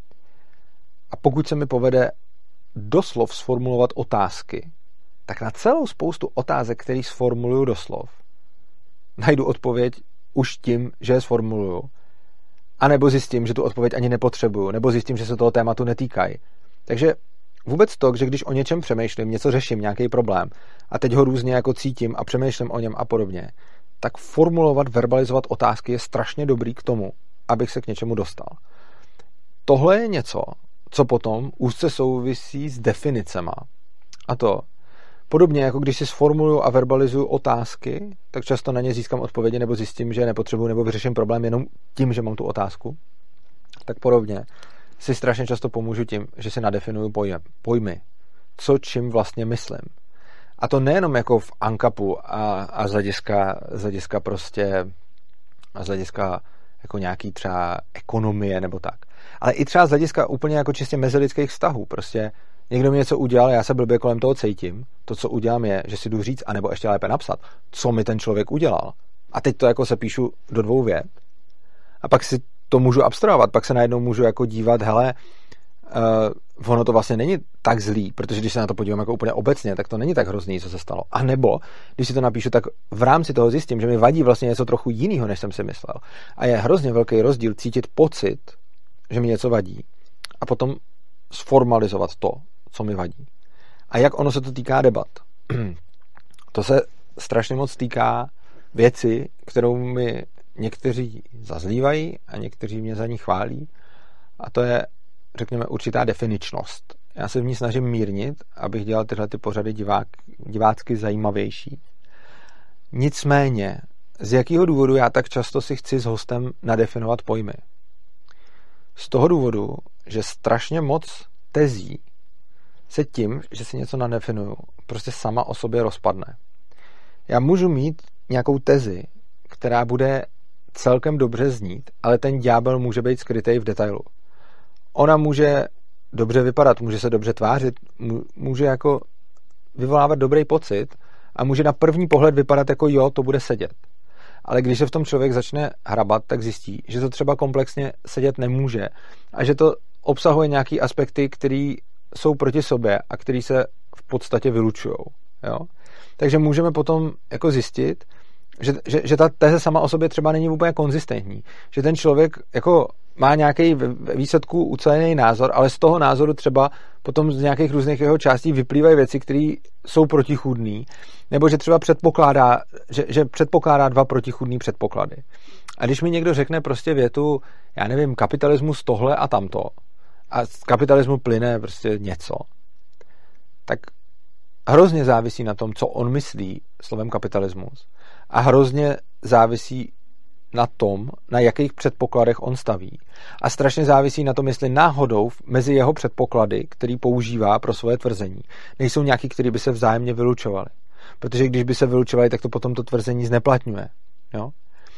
A pokud se mi povede doslov sformulovat otázky, tak na celou spoustu otázek, který sformuluju doslov, najdu odpověď už tím, že je sformuluju. A nebo zjistím, že tu odpověď ani nepotřebuju, nebo zjistím, že se toho tématu netýkají. Takže vůbec to, že když o něčem přemýšlím, něco řeším, nějaký problém, a teď ho různě jako cítím a přemýšlím o něm a podobně, tak formulovat, verbalizovat otázky je strašně dobrý k tomu, abych se k něčemu dostal. Tohle je něco, co potom úzce souvisí s definicema. A to podobně, jako když si sformuluju a verbalizuju otázky, tak často na ně získám odpovědi nebo zjistím, že je nepotřebuji nebo vyřeším problém jenom tím, že mám tu otázku. Tak podobně si strašně často pomůžu tím, že si nadefinuju pojem, pojmy, co čím vlastně myslím. A to nejenom jako v ankapu a, a z hlediska, z hlediska prostě a z hlediska jako nějaký třeba ekonomie nebo tak. Ale i třeba z hlediska úplně jako čistě mezilidských vztahů. Prostě někdo mi něco udělal, já se blbě kolem toho cítím. To, co udělám, je, že si jdu říct, anebo ještě lépe napsat, co mi ten člověk udělal. A teď to jako se píšu do dvou vět. A pak si to můžu abstrahovat, pak se najednou můžu jako dívat, hele, uh, ono to vlastně není tak zlý, protože když se na to podívám jako úplně obecně, tak to není tak hrozný, co se stalo. A nebo, když si to napíšu, tak v rámci toho zjistím, že mi vadí vlastně něco trochu jiného, než jsem si myslel. A je hrozně velký rozdíl cítit pocit, že mi něco vadí, a potom sformalizovat to, co mi vadí. A jak ono se to týká debat? To se strašně moc týká věci, kterou mi někteří zazlívají a někteří mě za ní chválí. A to je, řekněme, určitá definičnost. Já se v ní snažím mírnit, abych dělal tyhle ty pořady divák, divácky zajímavější. Nicméně, z jakého důvodu já tak často si chci s hostem nadefinovat pojmy? Z toho důvodu, že strašně moc tezí se tím, že si něco nadefinuju, prostě sama o sobě rozpadne. Já můžu mít nějakou tezi, která bude celkem dobře znít, ale ten ďábel může být skrytý v detailu. Ona může dobře vypadat, může se dobře tvářit, může jako vyvolávat dobrý pocit a může na první pohled vypadat jako jo, to bude sedět. Ale když se v tom člověk začne hrabat, tak zjistí, že to třeba komplexně sedět nemůže a že to obsahuje nějaký aspekty, které jsou proti sobě a které se v podstatě vylučujou. Jo? Takže můžeme potom jako zjistit, že, že, že ta teze sama o sobě třeba není úplně konzistentní. Že ten člověk jako má nějaký výsledku ucelený názor, ale z toho názoru třeba potom z nějakých různých jeho částí vyplývají věci, které jsou protichůdné, nebo že třeba předpokládá, že, že předpokládá dva protichůdné předpoklady. A když mi někdo řekne prostě větu, já nevím, kapitalismus tohle a tamto, a z kapitalismu plyne prostě něco, tak hrozně závisí na tom, co on myslí slovem kapitalismus, a hrozně závisí na tom, na jakých předpokladech on staví. A strašně závisí na tom, jestli náhodou mezi jeho předpoklady, který používá pro svoje tvrzení, nejsou nějaký, který by se vzájemně vylučovaly. Protože když by se vylučovaly, tak to potom to tvrzení zneplatňuje. Jo?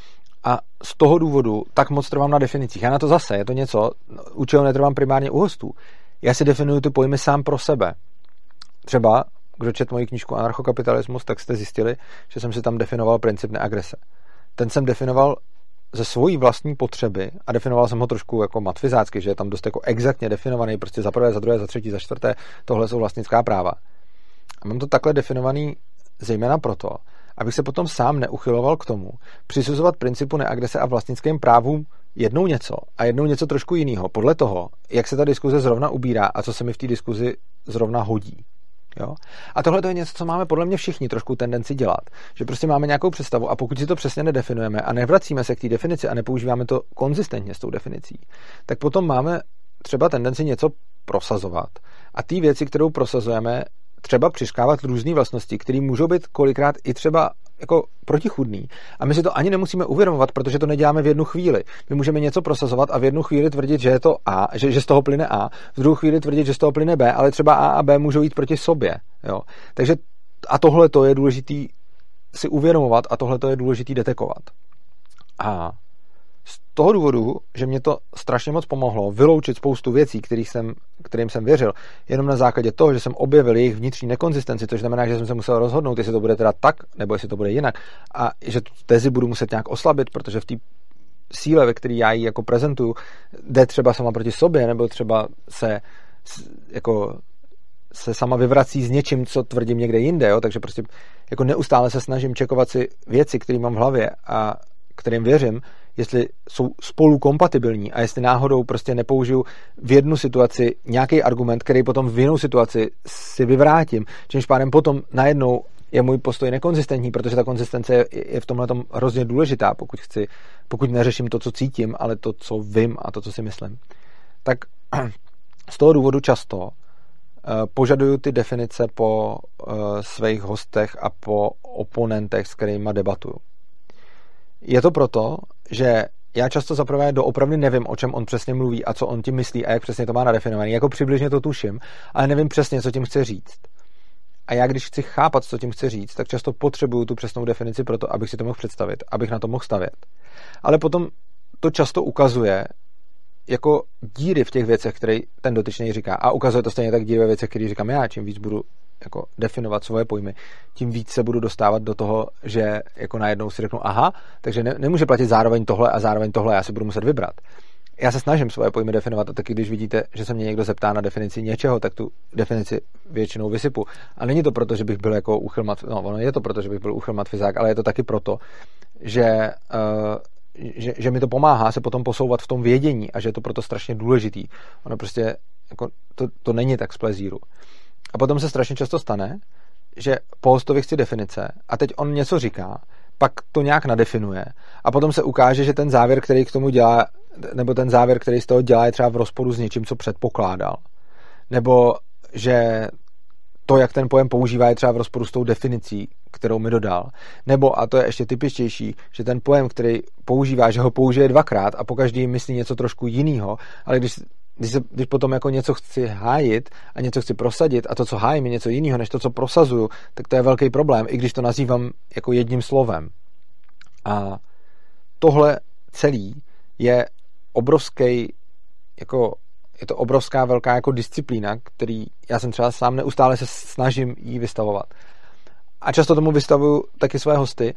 A z toho důvodu tak moc trvám na definicích. Já na to zase, je to něco, u čeho netrvám primárně u hostů. Já si definuju ty pojmy sám pro sebe. Třeba, kdo čet moji knížku Anarchokapitalismus, tak jste zjistili, že jsem si tam definoval princip neagrese. Ten jsem definoval ze svojí vlastní potřeby a definoval jsem ho trošku jako matfizácky, že je tam dost jako exaktně definovaný, prostě za prvé, za druhé, za třetí, za čtvrté, tohle jsou vlastnická práva. A mám to takhle definovaný zejména proto, abych se potom sám neuchyloval k tomu, přisuzovat principu neagrese a vlastnickým právům jednou něco a jednou něco trošku jiného, podle toho, jak se ta diskuze zrovna ubírá a co se mi v té diskuzi zrovna hodí. Jo? A tohle to je něco, co máme podle mě všichni trošku tendenci dělat. Že prostě máme nějakou představu a pokud si to přesně nedefinujeme a nevracíme se k té definici a nepoužíváme to konzistentně s tou definicí, tak potom máme třeba tendenci něco prosazovat. A ty věci, kterou prosazujeme, třeba přiškávat různé vlastnosti, které můžou být kolikrát i třeba jako protichůdný. A my si to ani nemusíme uvědomovat, protože to neděláme v jednu chvíli. My můžeme něco prosazovat a v jednu chvíli tvrdit, že je to A, že, že z toho plyne A, v druhou chvíli tvrdit, že z toho plyne B, ale třeba A a B můžou jít proti sobě. Jo? Takže a tohle to je důležitý si uvědomovat a tohle to je důležitý detekovat. A z toho důvodu, že mě to strašně moc pomohlo vyloučit spoustu věcí, kterých jsem, kterým jsem věřil, jenom na základě toho, že jsem objevil jejich vnitřní nekonzistenci, což znamená, že jsem se musel rozhodnout, jestli to bude teda tak, nebo jestli to bude jinak. A že tu tezi budu muset nějak oslabit, protože v té síle, ve které já ji jako prezentuju, jde třeba sama proti sobě, nebo třeba se jako se sama vyvrací s něčím, co tvrdím někde jinde, jo? Takže prostě jako neustále se snažím čekovat si věci, které mám v hlavě a kterým věřím, jestli jsou spolu kompatibilní a jestli náhodou prostě nepoužiju v jednu situaci nějaký argument, který potom v jinou situaci si vyvrátím, čímž pádem potom najednou je můj postoj nekonzistentní, protože ta konzistence je, je v tomhle tom hrozně důležitá, pokud chci, pokud neřeším to, co cítím, ale to, co vím a to, co si myslím. Tak z toho důvodu často uh, požaduju ty definice po uh, svých hostech a po oponentech, s kterými debatuju. Je to proto, že já často zaprvé doopravdy nevím, o čem on přesně mluví a co on tím myslí a jak přesně to má nadefinovaný. Jako přibližně to tuším, ale nevím přesně, co tím chce říct. A já, když chci chápat, co tím chce říct, tak často potřebuju tu přesnou definici pro to, abych si to mohl představit, abych na to mohl stavět. Ale potom to často ukazuje jako díry v těch věcech, které ten dotyčný říká. A ukazuje to stejně tak díry ve věcech, které říkám já. Čím víc budu jako definovat svoje pojmy, tím víc se budu dostávat do toho, že jako najednou si řeknu, aha, takže ne, nemůže platit zároveň tohle a zároveň tohle, já si budu muset vybrat. Já se snažím svoje pojmy definovat a taky když vidíte, že se mě někdo zeptá na definici něčeho, tak tu definici většinou vysypu. A není to proto, že bych byl jako uchylmat, no ono je to proto, že bych byl uchylmat fyzák, ale je to taky proto, že, uh, že, že mi to pomáhá se potom posouvat v tom vědění a že je to proto strašně důležitý. Ono prostě jako to, to není tak z plezíru. A potom se strašně často stane, že po hostovi chci definice a teď on něco říká, pak to nějak nadefinuje a potom se ukáže, že ten závěr, který k tomu dělá, nebo ten závěr, který z toho dělá, je třeba v rozporu s něčím, co předpokládal. Nebo že to, jak ten pojem používá, je třeba v rozporu s tou definicí, kterou mi dodal. Nebo, a to je ještě typičtější, že ten pojem, který používá, že ho použije dvakrát a pokaždý myslí něco trošku jiného, ale když Když, se, když potom jako něco chci hájit a něco chci prosadit a to, co hájím, je něco jiného, než to, co prosazuju, tak to je velký problém, i když to nazývám jako jedním slovem. A tohle celý je obrovský, jako, je to obrovská velká jako disciplína, který já jsem třeba sám neustále se snažím jí vystavovat. A často tomu vystavuju taky své hosty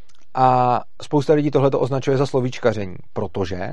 a spousta lidí tohle to označuje za slovíčkaření, protože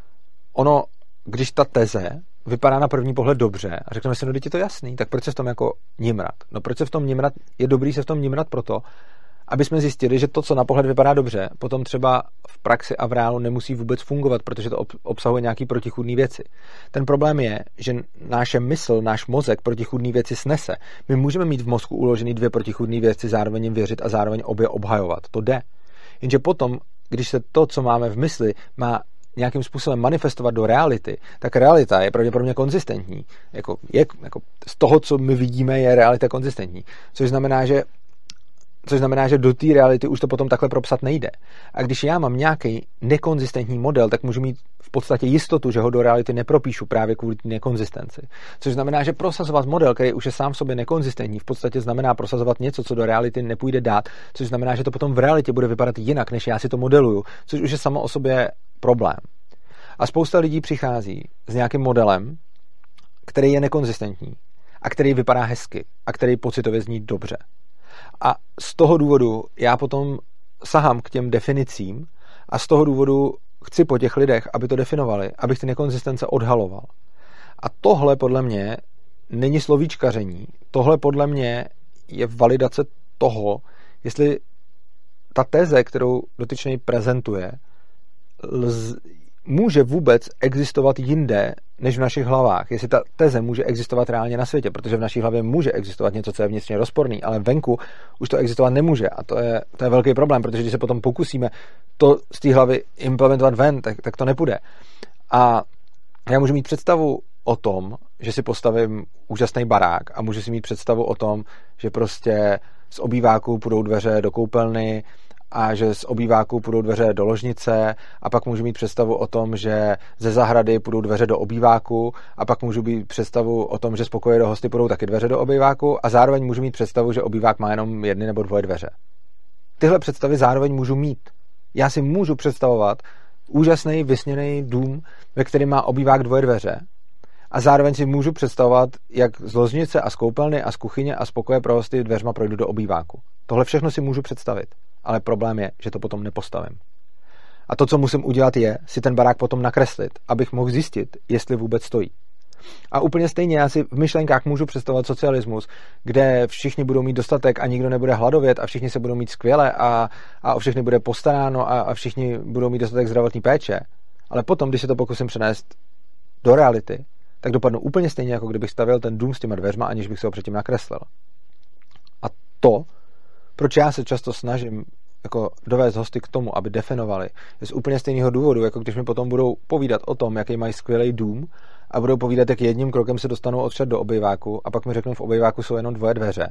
ono když ta teze vypadá na první pohled dobře a řekneme si, no teď je to jasný, tak proč se v tom jako nimrat? No proč se v tom nimrat? Je dobrý se v tom nimrat proto, aby jsme zjistili, že to, co na pohled vypadá dobře, potom třeba v praxi a v reálu nemusí vůbec fungovat, protože to obsahuje nějaký protichůdný věci. Ten problém je, že naše mysl, náš mozek protichůdný věci snese. My můžeme mít v mozku uložený dvě protichůdné věci, zároveň jim věřit a zároveň obě obhajovat. To jde. Jenže potom, když se to, co máme v mysli, má nějakým způsobem manifestovat do reality, tak realita je pravděpodobně konzistentní. Jako, je, jako z toho, co my vidíme, je realita konzistentní. Což znamená, že Což znamená, že do té reality už to potom takhle propsat nejde. A když já mám nějaký nekonzistentní model, tak můžu mít v podstatě jistotu, že ho do reality nepropíšu právě kvůli té nekonzistenci. Což znamená, že prosazovat model, který už je sám v sobě nekonzistentní, v podstatě znamená prosazovat něco, co do reality nepůjde dát, což znamená, že to potom v realitě bude vypadat jinak, než já si to modeluju, což už je samo o sobě problém. A spousta lidí přichází s nějakým modelem, který je nekonzistentní a který vypadá hezky a který pocitově zní dobře. A z toho důvodu já potom sahám k těm definicím a z toho důvodu chci po těch lidech, aby to definovali, abych ty nekonzistence odhaloval. A tohle podle mě není slovíčkaření. Tohle podle mě je validace toho, jestli ta teze, kterou dotyčný prezentuje, lz, může vůbec existovat jinde, než v našich hlavách. Jestli ta teze může existovat reálně na světě, protože v naší hlavě může existovat něco, co je vnitřně rozporný, ale venku už to existovat nemůže. A to je, to je velký problém, protože když se potom pokusíme to z té hlavy implementovat ven, tak, tak to nepůjde. A já můžu mít představu o tom, že si postavím úžasný barák a můžu si mít představu o tom, že prostě z obýváku půjdou dveře do koupelny a že z obýváku půjdou dveře do ložnice a pak můžu mít představu o tom, že ze zahrady půjdou dveře do obýváku a pak můžu mít představu o tom, že z pokoje do hosty půjdou taky dveře do obýváku a zároveň můžu mít představu, že obývák má jenom jedny nebo dvoje dveře. Tyhle představy zároveň můžu mít. Já si můžu představovat úžasný vysněný dům, ve kterém má obývák dvoje dveře a zároveň si můžu představovat, jak z ložnice a z koupelny a z kuchyně a z pokoje pro hosty dveřma projdu do obýváku. Tohle všechno si můžu představit. Ale problém je, že to potom nepostavím. A to, co musím udělat, je si ten barák potom nakreslit, abych mohl zjistit, jestli vůbec stojí. A úplně stejně já si v myšlenkách můžu představovat socialismus, kde všichni budou mít dostatek a nikdo nebude hladovět a všichni se budou mít skvěle a, a o všechny bude postaráno a, a všichni budou mít dostatek zdravotní péče. Ale potom, když se to pokusím přenést do reality, tak dopadnu úplně stejně, jako kdybych stavěl ten dům s těma dveřma, aniž bych se ho předtím nakreslil. A to, proč já se často snažím jako dovést hosty k tomu, aby definovali, je z úplně stejného důvodu, jako když mi potom budou povídat o tom, jaký mají skvělý dům a budou povídat, jak jedním krokem se dostanou odšat do obýváku a pak mi řeknou, v obýváku jsou jenom dvoje dveře.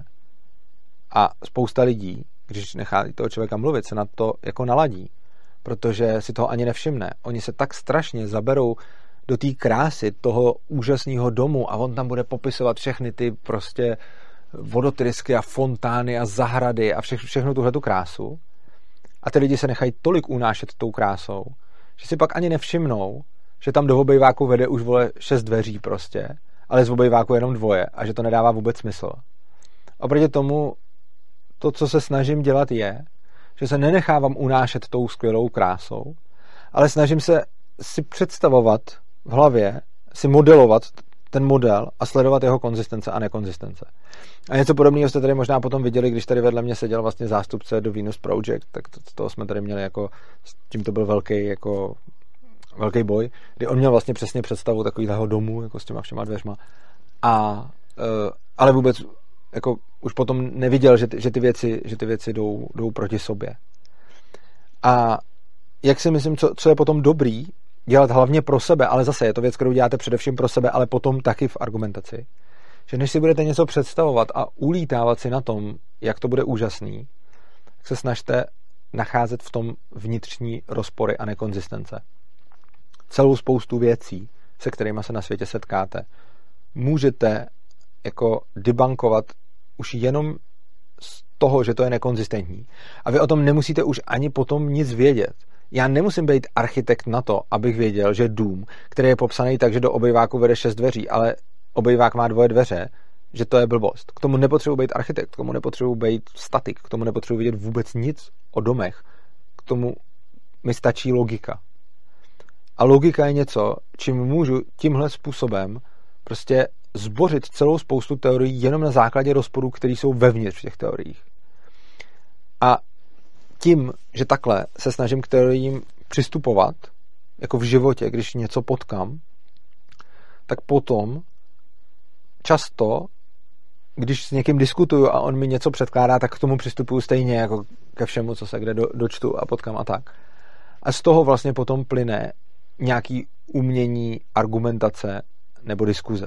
A spousta lidí, když nechá toho člověka mluvit, se na to jako naladí, protože si toho ani nevšimne. Oni se tak strašně zaberou do té krásy toho úžasného domu a on tam bude popisovat všechny ty prostě vodotrysky a fontány a zahrady a vše, všechno tuhletu krásu. A ty lidi se nechají tolik unášet tou krásou, že si pak ani nevšimnou, že tam do obejváku vede už vole šest dveří prostě, ale z obejváku jenom dvoje a že to nedává vůbec smysl. Oproti tomu, to, co se snažím dělat, je, že se nenechávám unášet tou skvělou krásou, ale snažím se si představovat v hlavě, si modelovat ten model a sledovat jeho konzistence a nekonzistence. A něco podobného jste tady možná potom viděli, když tady vedle mě seděl vlastně zástupce do Venus Project, tak to, toho jsme tady měli jako, s tím to byl velký jako velký boj, kdy on měl vlastně přesně představu takového domu, jako s těma všema dveřma. A, uh, ale vůbec jako už potom neviděl, že ty, že ty věci, že ty věci jdou, jdou proti sobě. A jak si myslím, co, co je potom dobrý, dělat hlavně pro sebe, ale zase je to věc, kterou děláte především pro sebe, ale potom taky v argumentaci. Že než si budete něco představovat a ulítávat si na tom, jak to bude úžasný, tak se snažte nacházet v tom vnitřní rozpory a nekonzistence. Celou spoustu věcí, se kterými se na světě setkáte, můžete jako debunkovat už jenom z toho, že to je nekonzistentní. A vy o tom nemusíte už ani potom nic vědět. Já nemusím být architekt na to, abych věděl, že dům, který je popsaný tak, že do obejváku vede šest dveří, ale obejvák má dvoje dveře, že to je blbost. K tomu nepotřebuji být architekt, k tomu nepotřebuji být statik, k tomu nepotřebuji vědět vůbec nic o domech. K tomu mi stačí logika. A logika je něco, čím můžu tímhle způsobem prostě zbořit celou spoustu teorií jenom na základě rozporů, které jsou vevnitř v těch teoriích. A tím, že takhle se snažím k teoriím přistupovat, jako v životě, když něco potkám, tak potom často, když s někým diskutuju a on mi něco předkládá, tak k tomu přistupuju stejně jako ke všemu, co se kde do, dočtu a potkám a tak. A z toho vlastně potom plyne nějaký umění argumentace nebo diskuze.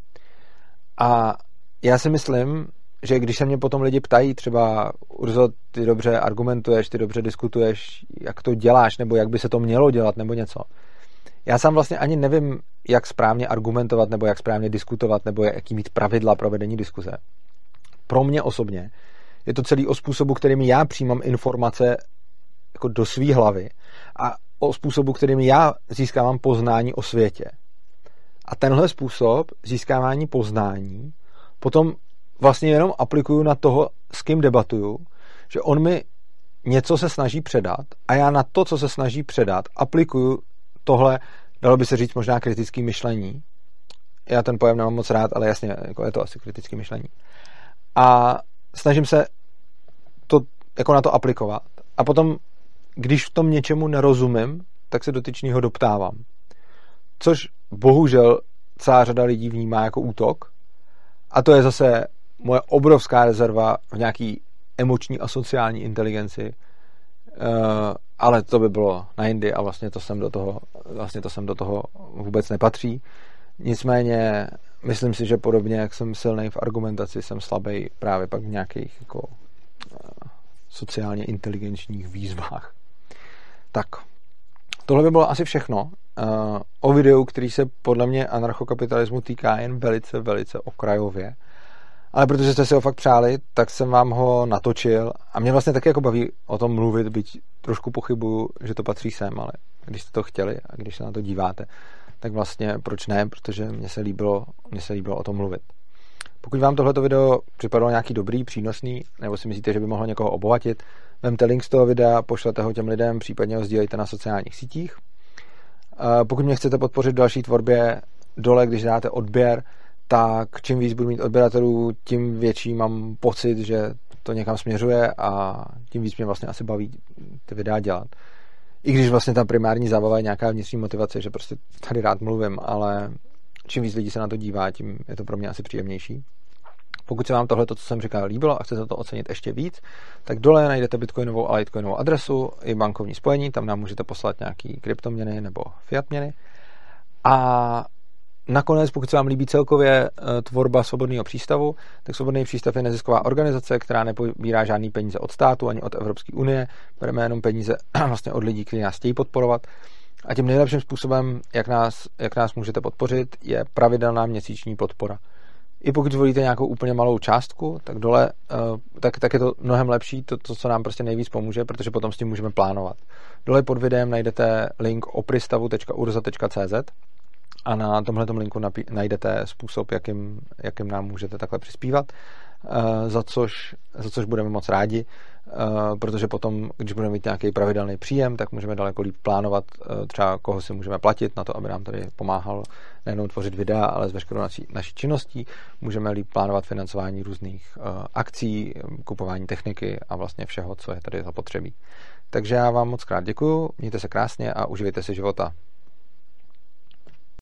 A já si myslím, že když se mě potom lidi ptají třeba, Urzo, ty dobře argumentuješ, ty dobře diskutuješ, jak to děláš, nebo jak by se to mělo dělat, nebo něco. Já sám vlastně ani nevím, jak správně argumentovat, nebo jak správně diskutovat, nebo jaký mít pravidla pro vedení diskuze. Pro mě osobně je to celý o způsobu, kterým já přijímám informace jako do svý hlavy a o způsobu, kterým já získávám poznání o světě. A tenhle způsob získávání poznání potom vlastně jenom aplikuju na toho, s kým debatuju, že on mi něco se snaží předat a já na to, co se snaží předat, aplikuju tohle, dalo by se říct možná kritické myšlení. Já ten pojem nemám moc rád, ale jasně, jako je to asi kritické myšlení. A snažím se to jako na to aplikovat. A potom, když v tom něčemu nerozumím, tak se dotyčného doptávám. Což bohužel celá řada lidí vnímá jako útok. A to je zase moje obrovská rezerva v nějaký emoční a sociální inteligenci. Uh, ale to by bylo na jindy a vlastně to sem do toho, vlastně to sem do toho vůbec nepatří. Nicméně myslím si, že podobně, jak jsem silnej v argumentaci, jsem slabý právě pak v nějakých jako, uh, sociálně inteligenčních výzvách. Tak, tohle by bylo asi všechno. Uh, o videu, který se podle mě anarchokapitalismu týká jen velice, velice okrajově. Ale protože jste si ho fakt přáli, tak jsem vám ho natočil a mě vlastně taky jako baví o tom mluvit, byť trošku pochybuju, že to patří sem, ale když jste to chtěli a když se na to díváte, tak vlastně proč ne, protože mně se líbilo, mně se líbilo o tom mluvit. Pokud vám tohleto video připadalo nějaký dobrý, přínosný, nebo si myslíte, že by mohlo někoho obohatit, vemte link z toho videa, pošlete ho těm lidem, případně ho sdílejte na sociálních sítích. Pokud mě chcete podpořit v další tvorbě, dole, když dáte odběr, tak čím víc budu mít odběratelů, tím větší mám pocit, že to někam směřuje a tím víc mě vlastně asi baví ty videa dělat. I když vlastně ta primární zábava je nějaká vnitřní motivace, že prostě tady rád mluvím, ale čím víc lidí se na to dívá, tím je to pro mě asi příjemnější. Pokud se vám tohle, co jsem říkal, líbilo a chcete to ocenit ještě víc, tak dole najdete bitcoinovou a litecoinovou adresu i bankovní spojení, tam nám můžete poslat nějaký kryptoměny nebo fiat měny. A nakonec, pokud se vám líbí celkově tvorba Svobodného přístavu, tak Svobodný přístav je nezisková organizace, která nepobírá žádný peníze od státu ani od Evropské unie, bereme jenom peníze vlastně od lidí, kteří nás chtějí podporovat. A tím nejlepším způsobem, jak nás, jak nás můžete podpořit, je pravidelná měsíční podpora. I pokud zvolíte nějakou úplně malou částku, tak dole, tak, tak je to mnohem lepší, to, to, co nám prostě nejvíc pomůže, protože potom s tím můžeme plánovat. Dole pod videem najdete link opristavu tečka urza tečka cz a na tomhletom linku najdete způsob, jakým, jakým nám můžete takhle přispívat. za což, za což budeme moc rádi, protože potom, když budeme mít nějaký pravidelný příjem, tak můžeme daleko líp plánovat třeba, koho si můžeme platit na to, aby nám tady pomáhal nejenom tvořit videa, ale s veškerou naší, naší činností. Můžeme líp plánovat financování různých akcí, kupování techniky a vlastně všeho, co je tady zapotřebí. Takže já vám moc krát děkuju, mějte se krásně a uživejte si života.